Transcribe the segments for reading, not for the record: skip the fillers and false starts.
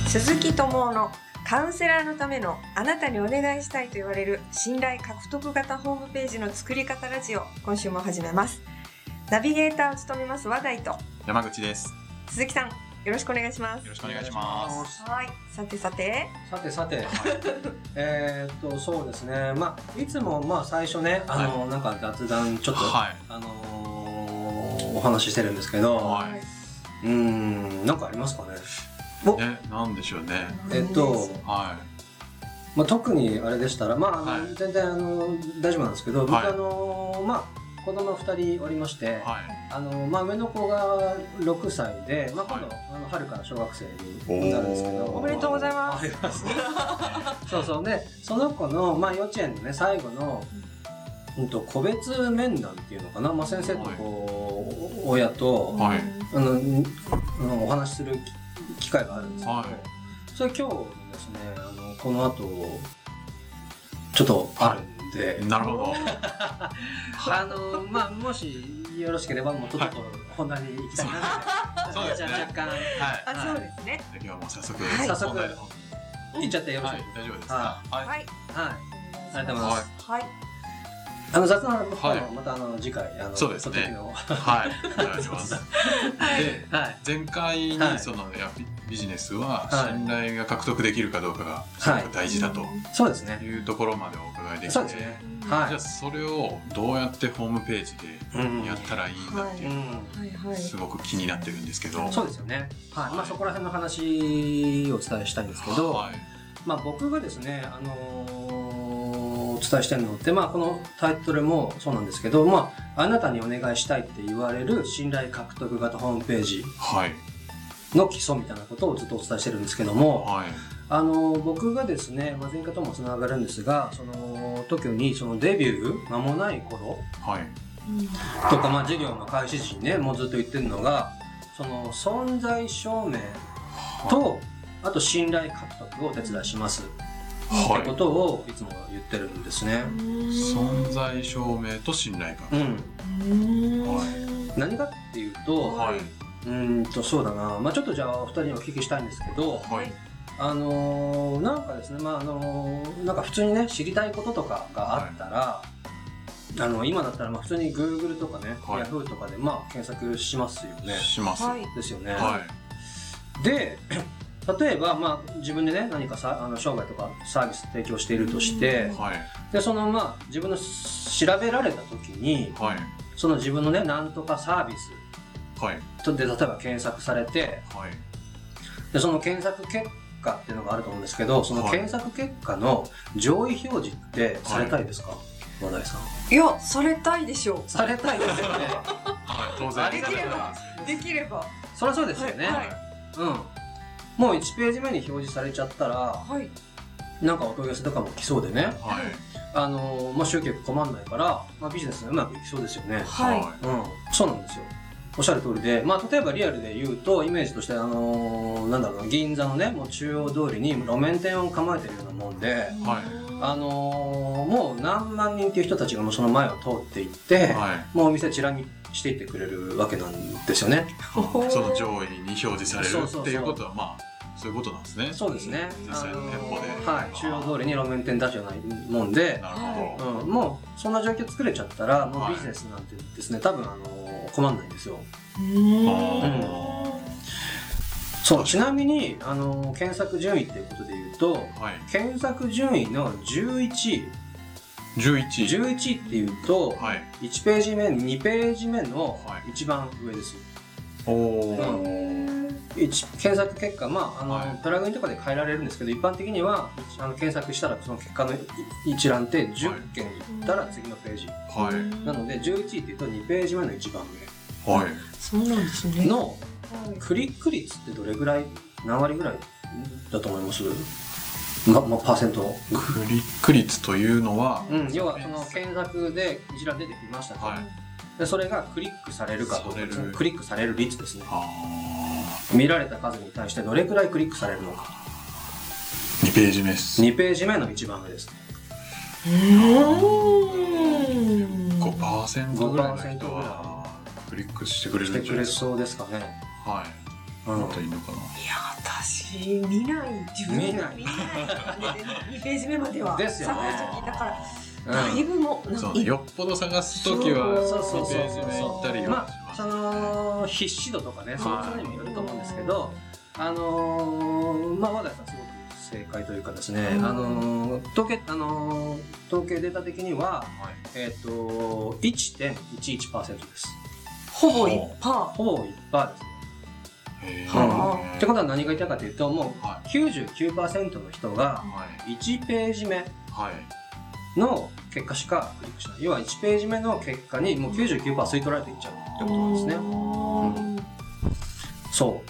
鈴木智夫のカウンセラーのためのあなたにお願いしたいと言われる信頼獲得型ホームページの作り方ラジオ、今週も始めます。ナビゲーターを務めます話題と山口です。 鈴木さん、よろしくお願いします。 よろしくお願いします。 はい、さて、 そうですね。いつも最初ね、なんか雑談ちょっと、お話ししてるんですけど、なんかありますかね。 なんでしょうね。 特にあれでしたら、全然大丈夫なんですけど、僕子供2人おりまして、上の子が6歳で、今度春から小学生になるんですけど、 おめでとうございます。 そうで、その子の幼稚園のね最後の個別面談っていうのかな、先生と親とお話しする機会があるんですけど、それ今日ですね、この後ちょっとあるんで、 なるほど。 もしよろしければもうちょっと本題に行きたいなって、じゃあ若干、 そうですね。 今日はもう早速行っちゃってよろしいですか。 大丈夫ですか。 はい、ありがとうございます。 はい。 雑談の方はまた次回そうですね。はいお願いします。で前回にそのビジネスは信頼が獲得できるかどうかがすごく大事だというところまでお伺いできて、じゃあそれをどうやってホームページでやったらいいんだっていうすごく気になってるんですけど。 そうですよね。そこら辺の話をお伝えしたいんですけど、僕がですねお伝えしてるのって、このタイトルもそうなんですけど、あなたにお願いしたいって言われる信頼獲得型ホームページの基礎みたいなことをずっとお伝えしてるんですけども、僕がですね、前回ともつながるんですが、その時にそのデビュー間もない頃とか、授業の開始時にね、もうずっと言ってるのが、その存在証明と、あと信頼獲得をお手伝いしますってことをいつも言ってるんですね。 存在証明と信頼獲得。 何かっていうと、そうだな、ちょっとじゃあお二人にお聞きしたいんですけど、なんかですね、なんか普通にね知りたいこととかがあったら、今だったら普通に Google とかね、Yahoo とかで検索しますよね。 します。 ですよね。で例えば自分でね何か商売とかサービス提供しているとして、でその自分の調べられた時に、その自分のねなんとかサービスで例えば検索されて、でその検索結果っていうのがあると思うんですけど、その検索結果の上位表示ってされたいですか、話題さん。 いや、されたいでしょう。 されたいですよね。 当然できればそりゃそうですよね。もう1ページ目に表示されちゃったら、なんかお問い合わせとかも来そうでね、集客困んないから、ビジネスがうまくいきそうですよね。そうなんですよ。おっしゃる通りで、例えばリアルで言うとイメージとして銀座のねもう中央通りに路面店を構えてるようなもんで、もう何万人っていう人たちがもうその前を通っていって、もうお店チラ見していってくれるわけなんですよね。 その上位に表示されるっていうことはそういうことなんですね。 そうですね。 実際の店舗で、 中央通りに路面店だじゃないもんで、もうそんな状況作れちゃったらもうビジネスなんてですね多分困んないんですよ。そう、ちなみに検索順位っていうことで言うと、検索順位の11位っていうと、1ページ目2ページ目の一番上です。検索結果、プラグインとかで変えられるんですけど、一般的には検索したらその結果の一覧って10件いったら次のページ、なので11位っていうと2ページ目の一番上、そうなんですね。 のクリック率ってどれぐらい、何割ぐらいだと思います？パーセント。 クリック率というのは、 要はその検索で一覧出てきましたと、でそれがクリックされるかどうかですね。クリックされる率ですね。見られた数に対してどれくらいクリックされるのか。 2ページ目です。 2ページ目の一番上です。 5% ぐらいの人はクリックしてくれるんじゃないですか。 そうですかね。 といいのかな。いや私見ない自分で見ない2ページ目まではですよね。 だからだいぶもよっぽど探すときは2ページ目行ったりはします。 その必死度とかね、そのにもよると思うんですけど、まあ和田さんすごく正解というかですね、統計データ的には、1.11% です。 ほぼ 1%。 ほぼ 1% ですね。ってことは何が言いたいかというと、もう 99% の人が1ページ目の結果しかクリックしない。要は1ページ目の結果にもう 99% 吸い取られていっちゃうってことなんですね。そう。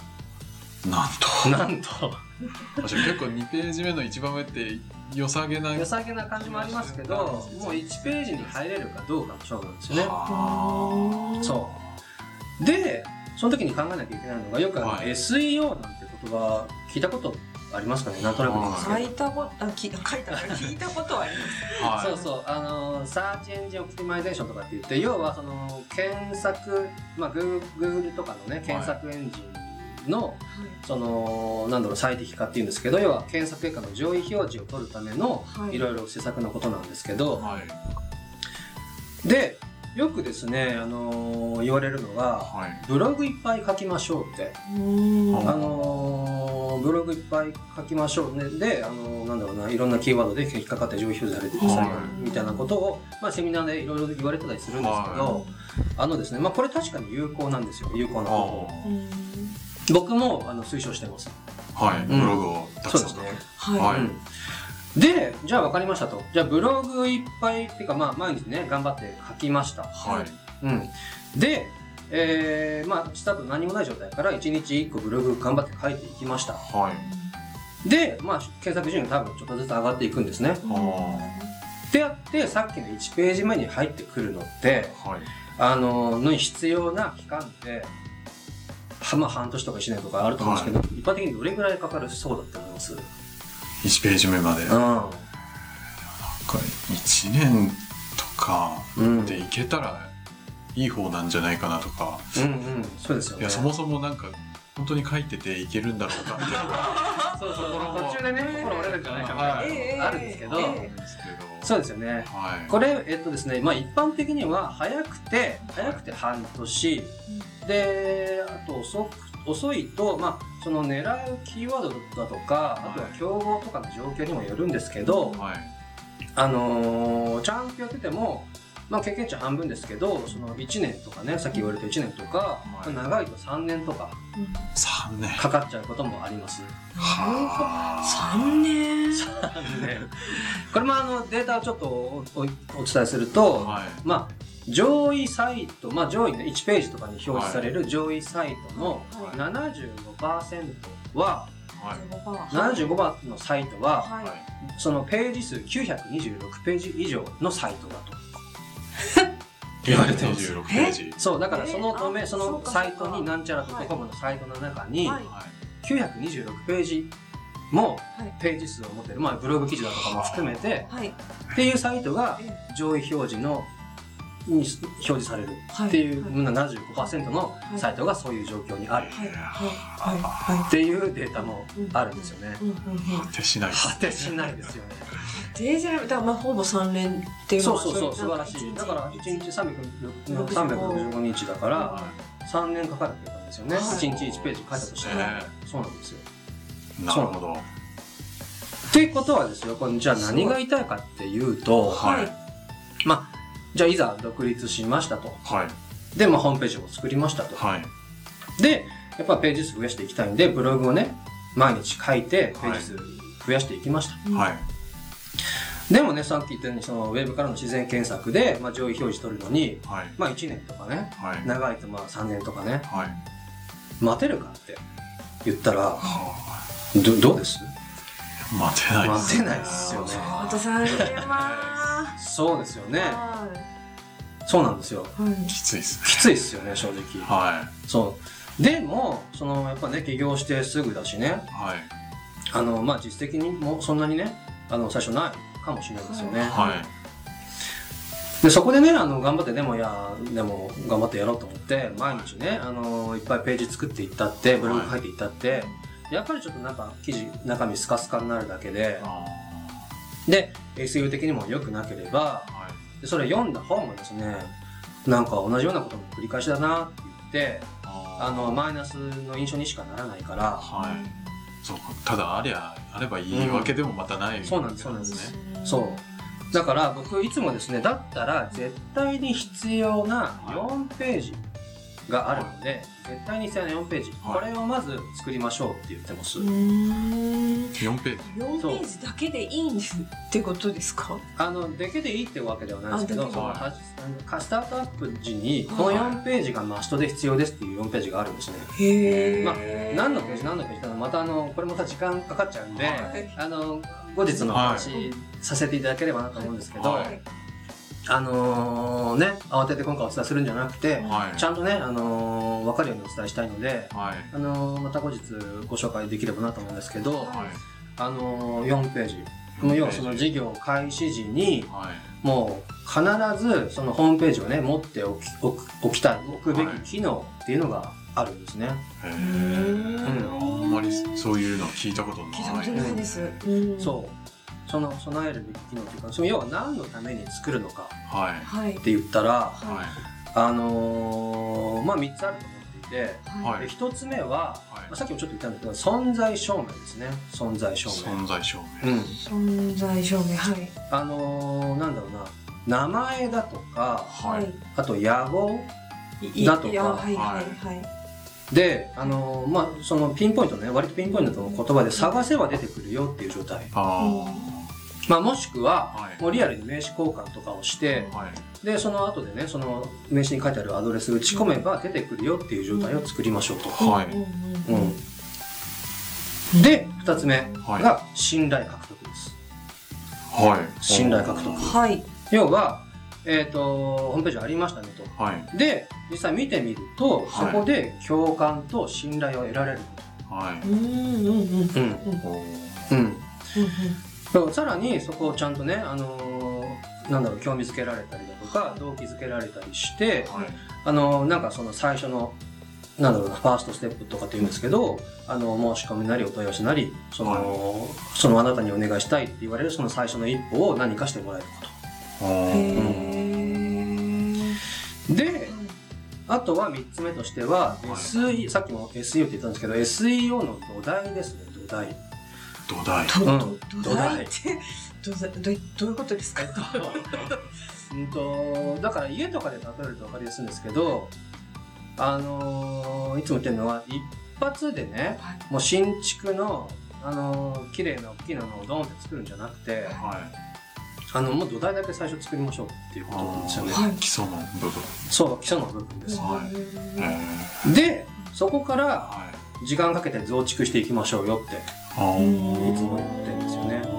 なんと結構2ページ目の一番上って良さげな感じもありますけど、もう1ページに入れるかどうかの勝負なんですよね。そうで、その時に考えなきゃいけないのが、よくSEO なんて言葉聞いたことありますかね。なんとなく聞いたことはあります。 そうそう、サーチエンジンオプティマイゼーションとかって言って、要はその検索、Google とかのね検索エンジンのその最適化っていうんですけど、要は検索結果の上位表示を取るためのいろいろ施策のことなんですけど、でよくですね、言われるのが、ブログいっぱい書きましょうって。ブログいっぱい書きましょうね。で、いろんなキーワードで引っかかって上位表示されてくださいみたいなことを、セミナーでいろいろ言われてたりするんですけど、ですね、これ確かに有効なんですよ。有効な方法。僕も推奨してます。 ブログをたくさん書く。 で、じゃあ分かりましたと。じゃあブログいっぱいっていうか、毎日ね頑張って書きました。で、スタート何もない状態から1日1個ブログ頑張って書いていきました。で、検索順位が多分ちょっとずつ上がっていくんですね。でやってさっきの1ページ目に入ってくるのって、の必要な期間って半年とか1年とかあると思うんですけど、一般的にどれぐらいかかるそうだと思います ？1ページ目まで。なんか1年とかでいけたらいい方なんじゃないかなとか。 そうですよね。 いや、そもそもなんか本当に書いてていけるんだろうかみたいな。 そう途中でね心折れるんじゃないかとかあるんですけど、そうですよね。これですね、一般的には早くて半年で、あと遅いとその狙うキーワードだとか、あとは競合とかの状況にもよるんですけど、ちゃんとやってても経験値半分ですけど、その1年とかね、さっき言われた1年とか、長いと3年とかかかっちゃうこともあります。 3年これもデータをちょっとお伝えすると、上位サイト、上位の1ページとかに表示される上位サイトの 75% は、75% のサイトは、そのページ数926ページ以上のサイトだと言われてます。そう、だからそのサイトになんちゃら.comのサイトの中に926ページもページ数を持ってる、ブログ記事だとかも含めてっていうサイトが上位表示に表示されるっていう 75% のサイトがそういう状況にあるっていうデータもあるんですよね。 果てしないですよね。 だからほぼ3年っていうのはそう素晴らしい。だから1日365日だから3年かかるって言ったんですよね。1日1ページ書いたとしたら。そうなんですよ。 なるほど。 っていうことはですよ、これじゃあ何が言いたいかっていうと、じゃあいざ独立しましたと。で、ホームページも作りましたと。で、やっぱページ数増やしていきたいんで、ブログをね、毎日書いてページ数増やしていきました。でもね、さっき言ったようにそのウェブからの自然検索で、上位表示取るのに、1年とかね、長いと3年とかね、待てるかって言ったら、どうです？ 待てないですよね。 あと3年そうですよね。そうなんですよ。 きついですね。 きついですよね、正直。そう。でも、やっぱね、起業してすぐだしね、実績にもそんなにね、最初ないかもしれないですよね。 でそこでね頑張ってでも頑張ってやろうと思って毎日ねいっぱいページ作っていったってブログ書いていったって、やっぱりちょっとなんか記事中身スカスカになるだけで、で SEO 的にも良くなければ、でそれ読んだ本もですねなんか同じようなことの繰り返しだなって言ってマイナスの印象にしかならないから、 そうただあればいいわけでもまたない、 そうなんですね。そうだから僕いつもですねだったら絶対に必要な4ページがあるので、絶対に必要な4ページ、これをまず作りましょうって言ってます。 4ページ 4ページだけでいいんですってことですか？ だけでいいってわけではないですけど、スタートアップ時にこの4ページがマストで必要ですっていう4ページがあるんですね。 へー。何のページってまたこれまた時間かかっちゃうんで、後日の話させていただければなと思うんですけど、慌てて今回お伝えするんじゃなくて、ちゃんとね、分かるようにお伝えしたいので、また後日ご紹介できればなと思うんですけど、4ページ。要はその事業開始時に、もう必ずそのホームページをね、持っておくべき機能っていうのがあるんですね。 あんまりそういうの聞いたことない。 聞いたことないです。 そう。その備えるべき機能というか、要は何のために作るのかって言ったら、3つあると思っていて、1つ目は、さっきもちょっと言ったんですけど、存在証明ですね。存在証明。 存在証明、はい。 なんだろうな、名前だとか、あと野望だとか、で、そのピンポイントね、割とピンポイントの言葉で探せば出てくるよっていう状態。もしくは、もうリアルに名刺交換とかをして、で、その後でね、その名刺に書いてあるアドレス打ち込めば出てくるよっていう状態を作りましょうと。で、2つ目が信頼獲得です。信頼獲得。要は、ホームページありましたねと。で、実際見てみると、そこで共感と信頼を得られること。さらにそこをちゃんとね、興味づけられたりだとか、動機づけられたりして、なんかその最初の、ファーストステップとかって言うんですけど、申し込みなりお問い合わせなり、そのあなたにお願いしたいって言われるその最初の一歩を何かしてもらえること。で、あとは3つ目としては、さっきも SEO って言ったんですけど、SEO の土台ですね、土台。 土台ってどういうことですか？ だから家とかで例えると分かりやすいんですけど、いつも言ってるのは一発でね、もう新築の綺麗な大きなのをドーンって作るんじゃなくて、もう土台だけ最初作りましょうっていうことなんですよね。 基礎の部分。 そう、基礎の部分です。で、そこから時間かけて増築していきましょうよっていつも言ってるんですよね。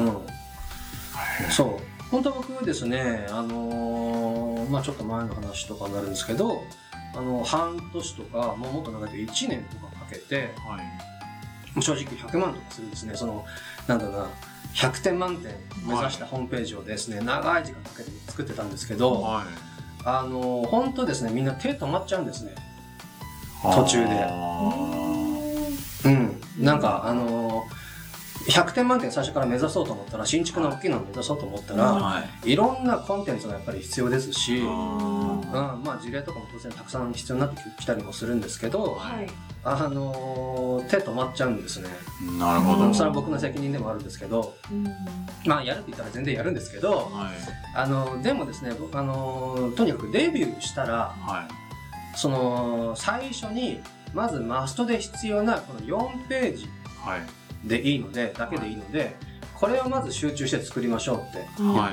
そう。本当は僕ですね、ちょっと前の話とかになるんですけど、半年とか、もっと長いと1年とかかけて、正直100万とかするんですね。100点満点目指したホームページをですね、長い時間かけて作ってたんですけど、本当ですね、みんな手止まっちゃうんですね。途中で。100点満点最初から目指そうと思ったら、新築の大きいのを目指そうと思ったら、いろんなコンテンツがやっぱり必要ですし、事例とかも当然たくさん必要になってきたりもするんですけど、手止まっちゃうんですね。 なるほど。 それは僕の責任でもあるんですけど、やるって言ったら全然やるんですけど、でもですね、とにかくデビューしたら、最初にまずマストで必要なこの4ページでいいので、だけでいいので、これをまず集中して作りましょうって言って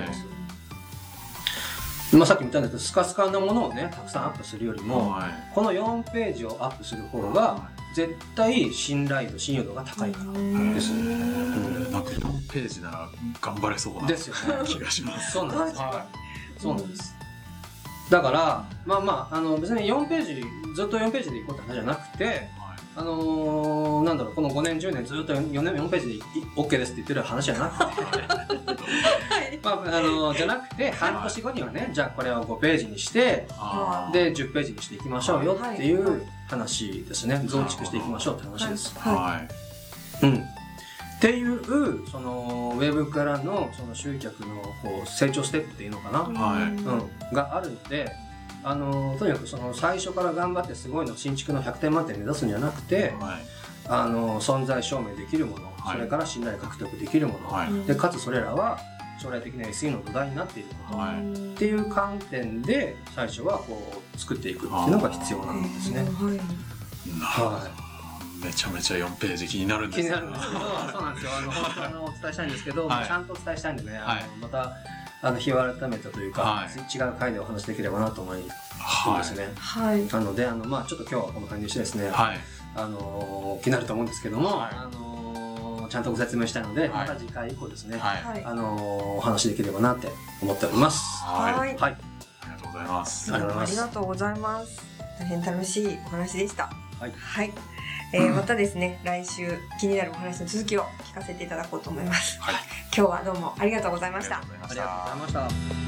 ます。さっきも言ったんですけど、スカスカなものをね、たくさんアップするよりも、この4ページをアップする方が、絶対信頼度、信用度が高いからです。 なんか4ページなら頑張れそうなですよね。 気がします。 そうなんです。そうなんです。だから、別に4ページ、ずっと4ページでいこうって話じゃなくて、 なんだろう、この5年10年ずっと4ページで OK ですって言ってる話じゃなくてじゃなくて半年後にはね、じゃあこれを5ページにしてで10ページにしていきましょうよっていう話ですね。増築していきましょうって話です。っていうそのウェブからのその集客のこう成長ステップっていうのかな、があるので、とにかくその最初から頑張ってすごいの新築の100点満点目指すんじゃなくて、存在証明できるもの、それから信頼獲得できるもの、でかつそれらは将来的な SE の土台になっていること、っていう観点で最初はこう作っていくっていうのが必要なんですね。 めちゃめちゃ4ページ気になるんですけど、そうなんですよ。本当お伝えしたいんですけど、ちゃんとお伝えしたいんでね、また日を改めたというか、違う回でお話できればなと思いますね。なのでちょっと今日はこの感じにしてですね、気になると思うんですけども、ちゃんとご説明したいので、また次回以降ですね、お話できればなって思っております。 ありがとうございます。 ありがとうございます。大変楽しいお話でした。またですね、来週気になるお話の続きを聞かせていただこうと思います。今日はどうもありがとうございました。 ありがとうございました。